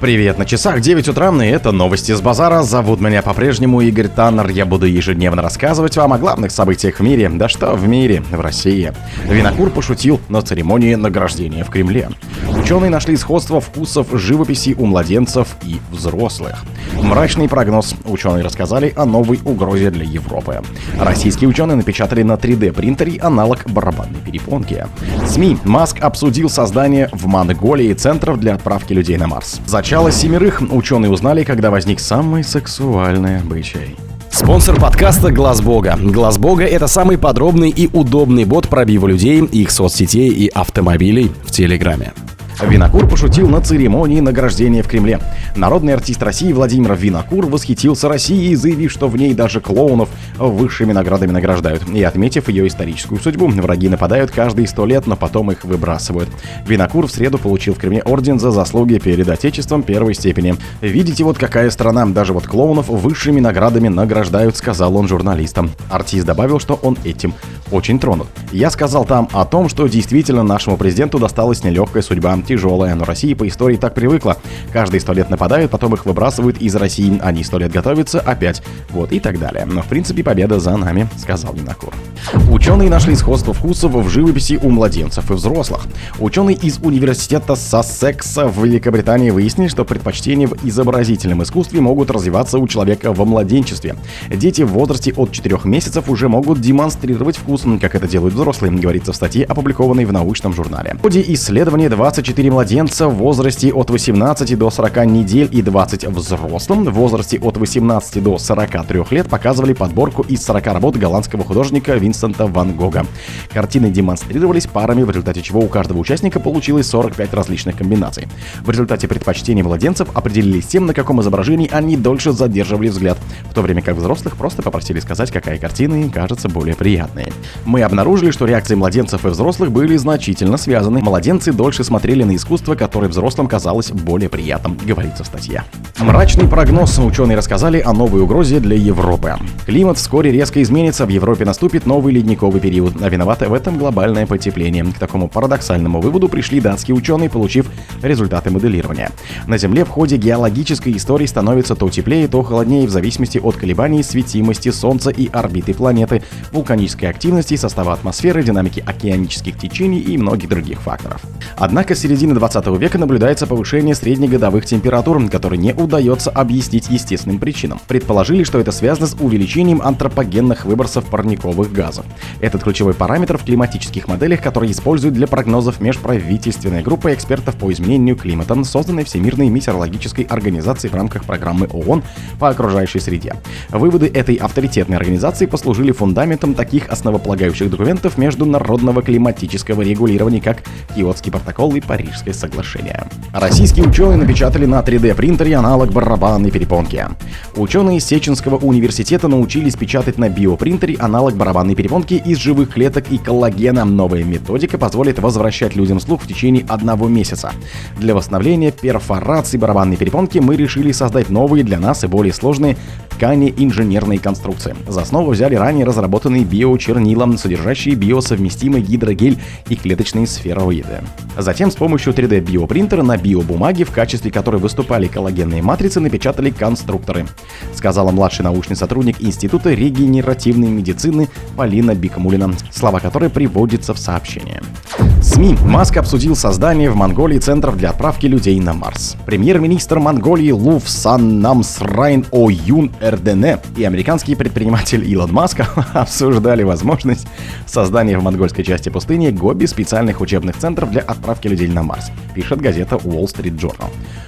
Привет, на часах 9 утра, и это новости с базара. Зовут меня по-прежнему Игорь Таннер. Я буду ежедневно рассказывать вам о главных событиях в мире. Да что в мире, в России. Винокур пошутил на церемонии награждения в Кремле. Ученые нашли сходство вкусов живописи у младенцев и взрослых. Мрачный прогноз. Ученые рассказали о новой угрозе для Европы. Российские ученые напечатали на 3D-принтере аналог барабанной перепонки. СМИ. Маск обсудил создание в Монголии центров для отправки людей на Марс. Начало семерых ученые узнали, когда возник самый сексуальный обычай. Спонсор подкаста Глаз Бога. Глаз Бога — это самый подробный и удобный бот пробива людей, их соцсетей и автомобилей в Телеграме. Винокур пошутил на церемонии награждения в Кремле. Народный артист России Владимир Винокур восхитился Россией, заявив, что в ней даже клоунов высшими наградами награждают, и отметив ее историческую судьбу. Враги нападают каждые 100 лет, но потом их выбрасывают. Винокур в среду получил в Кремле орден за заслуги перед Отечеством первой степени. «Видите, вот какая страна, даже вот клоунов высшими наградами награждают», — сказал он журналистам. Артист добавил, что он этим очень тронут. «Я сказал там о том, что действительно нашему президенту досталась нелегкая судьба, тяжелая, но Россия по истории так привыкла. Каждые 100 лет нападают, потом их выбрасывают из России, они 100 лет готовятся, опять. Вот и так далее. Но в принципе победа за нами», — сказал Винокур. Ученые нашли сходство вкусов в живописи у младенцев и взрослых. Ученые из университета Сассекса в Великобритании выяснили, что предпочтения в изобразительном искусстве могут развиваться у человека во младенчестве. Дети в возрасте от 4 месяцев уже могут демонстрировать вкус, как это делают взрослые, говорится в статье, опубликованной в научном журнале. В ходе исследования 24 младенца в возрасте от 18 до 40 недель и 20 взрослым в возрасте от 18 до 43 лет показывали подборку из 40 работ голландского художника Винсента ван Гога. Картины демонстрировались парами, в результате чего у каждого участника получилось 45 различных комбинаций. В результате предпочтения младенцев определились тем, на каком изображении они дольше задерживали взгляд, в то время как взрослых просто попросили сказать, какая картина им кажется более приятной. Мы обнаружили, что реакции младенцев и взрослых были значительно связаны. Младенцы дольше смотрели на искусство, которое взрослым казалось более приятным, говорится в статье. Мрачный прогноз. Ученые рассказали о новой угрозе для Европы. Климат вскоре резко изменится, в Европе наступит новый ледниковый период, а виновато в этом глобальное потепление. К такому парадоксальному выводу пришли датские ученые, получив результаты моделирования. На Земле в ходе геологической истории становится то теплее, то холоднее в зависимости от колебаний светимости Солнца и орбиты планеты, вулканической активности, состава атмосферы, динамики океанических течений и многих других факторов. Однако с середины 20 века наблюдается повышение среднегодовых температур, которые не удается объяснить естественным причинам. Предположили, что это связано с увеличением антропогенных выбросов парниковых газов. Этот ключевой параметр в климатических моделях, которые используют для прогнозов межправительственная группа экспертов по изменению климата, созданной Всемирной метеорологической организацией в рамках программы ООН по окружающей среде. Выводы этой авторитетной организации послужили фундаментом таких основополагающих документов международного климатического регулирования, как Киотский протокол и Парижское соглашение. Российские ученые напечатали на 3D-принтере аналог барабанной перепонки. Ученые из Сеченского университета научились печатать на биопринтере аналог барабанной перепонки из живых клеток и коллагена. Новая методика позволит возвращать людям слух в течение 1 месяца. Для восстановления перфорации барабанной перепонки мы решили создать новые для нас и более сложные ткани инженерной конструкции. За основу взяли ранее разработанные биочернила, содержащие биосовместимый гидрогель и клеточные сфероиды. Затем с помощью 3D-биопринтера на биобумаге, в качестве которой выступали коллагенные матрицы, напечатали конструкторы, сказала младший научный сотрудник Института регенеративной медицины Полина Бикмулина, слова которой приводятся в сообщении. СМИ. Маск обсудил создание в Монголии центров для отправки людей на Марс. Премьер-министр Монголии Луф Саннамсрайн Оюн Эрдене и американский предприниматель Илон Маск обсуждали возможность создания в монгольской части пустыни Гоби специальных учебных центров для отправки людей на Марс, пишет газета Wall Street Journal.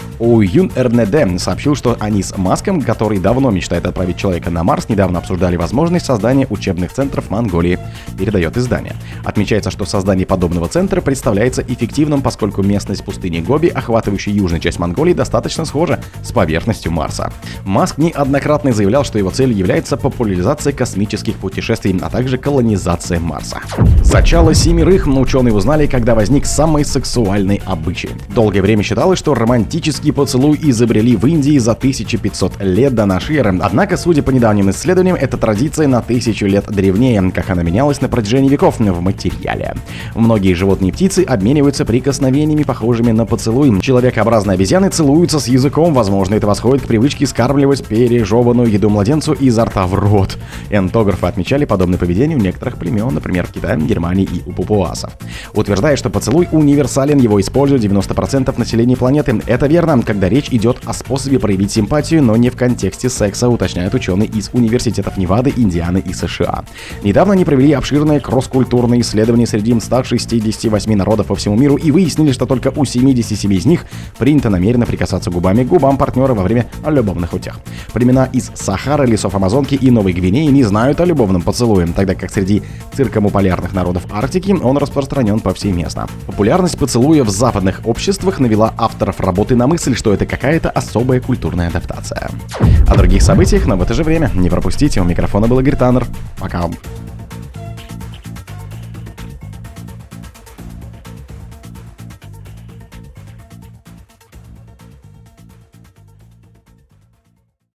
Оюн Эрдене сообщил, что они с Маском, который давно мечтает отправить человека на Марс, недавно обсуждали возможность создания учебных центров в Монголии, передает издание. Отмечается, что создание подобного центра представляется эффективным, поскольку местность пустыни Гоби, охватывающая южную часть Монголии, достаточно схожа с поверхностью Марса. Маск неоднократно заявлял, что его целью является популяризация космических путешествий, а также колонизация Марса. Зачало семерых ученые узнали, когда возник самый сексуальный обычай. Долгое время считалось, что романтические эротический поцелуй изобрели в Индии за 1500 лет до нашей эры. Однако, судя по недавним исследованиям, эта традиция на 1000 лет древнее, как она менялась на протяжении веков в материале. Многие животные и птицы обмениваются прикосновениями, похожими на поцелуй. Человекообразные обезьяны целуются с языком, возможно, это восходит к привычке скармливать пережеванную еду младенцу изо рта в рот. Энтографы отмечали подобное поведение у некоторых племен, например, в Китае, Германии и у папуасов. Утверждая, что поцелуй универсален, его используют 90% населения планеты. Это верно, когда речь идет о способе проявить симпатию, но не в контексте секса, уточняют ученые из университетов Невады, Индианы и США. Недавно они провели обширное кросс-культурное исследование среди 168 народов по всему миру и выяснили, что только у 77 из них принято намеренно прикасаться губами к губам партнера во время любовных утех. Племена из Сахары, лесов Амазонки и Новой Гвинеи не знают о любовном поцелуе, тогда как среди циркумполярных народов Арктики он распространен повсеместно. Популярность поцелуя в западных обществах навела авторов работы на мысль, что это какая-то особая культурная адаптация. О других событиях, но в это же время не пропустите. У микрофона был Игорь Таннер. Пока.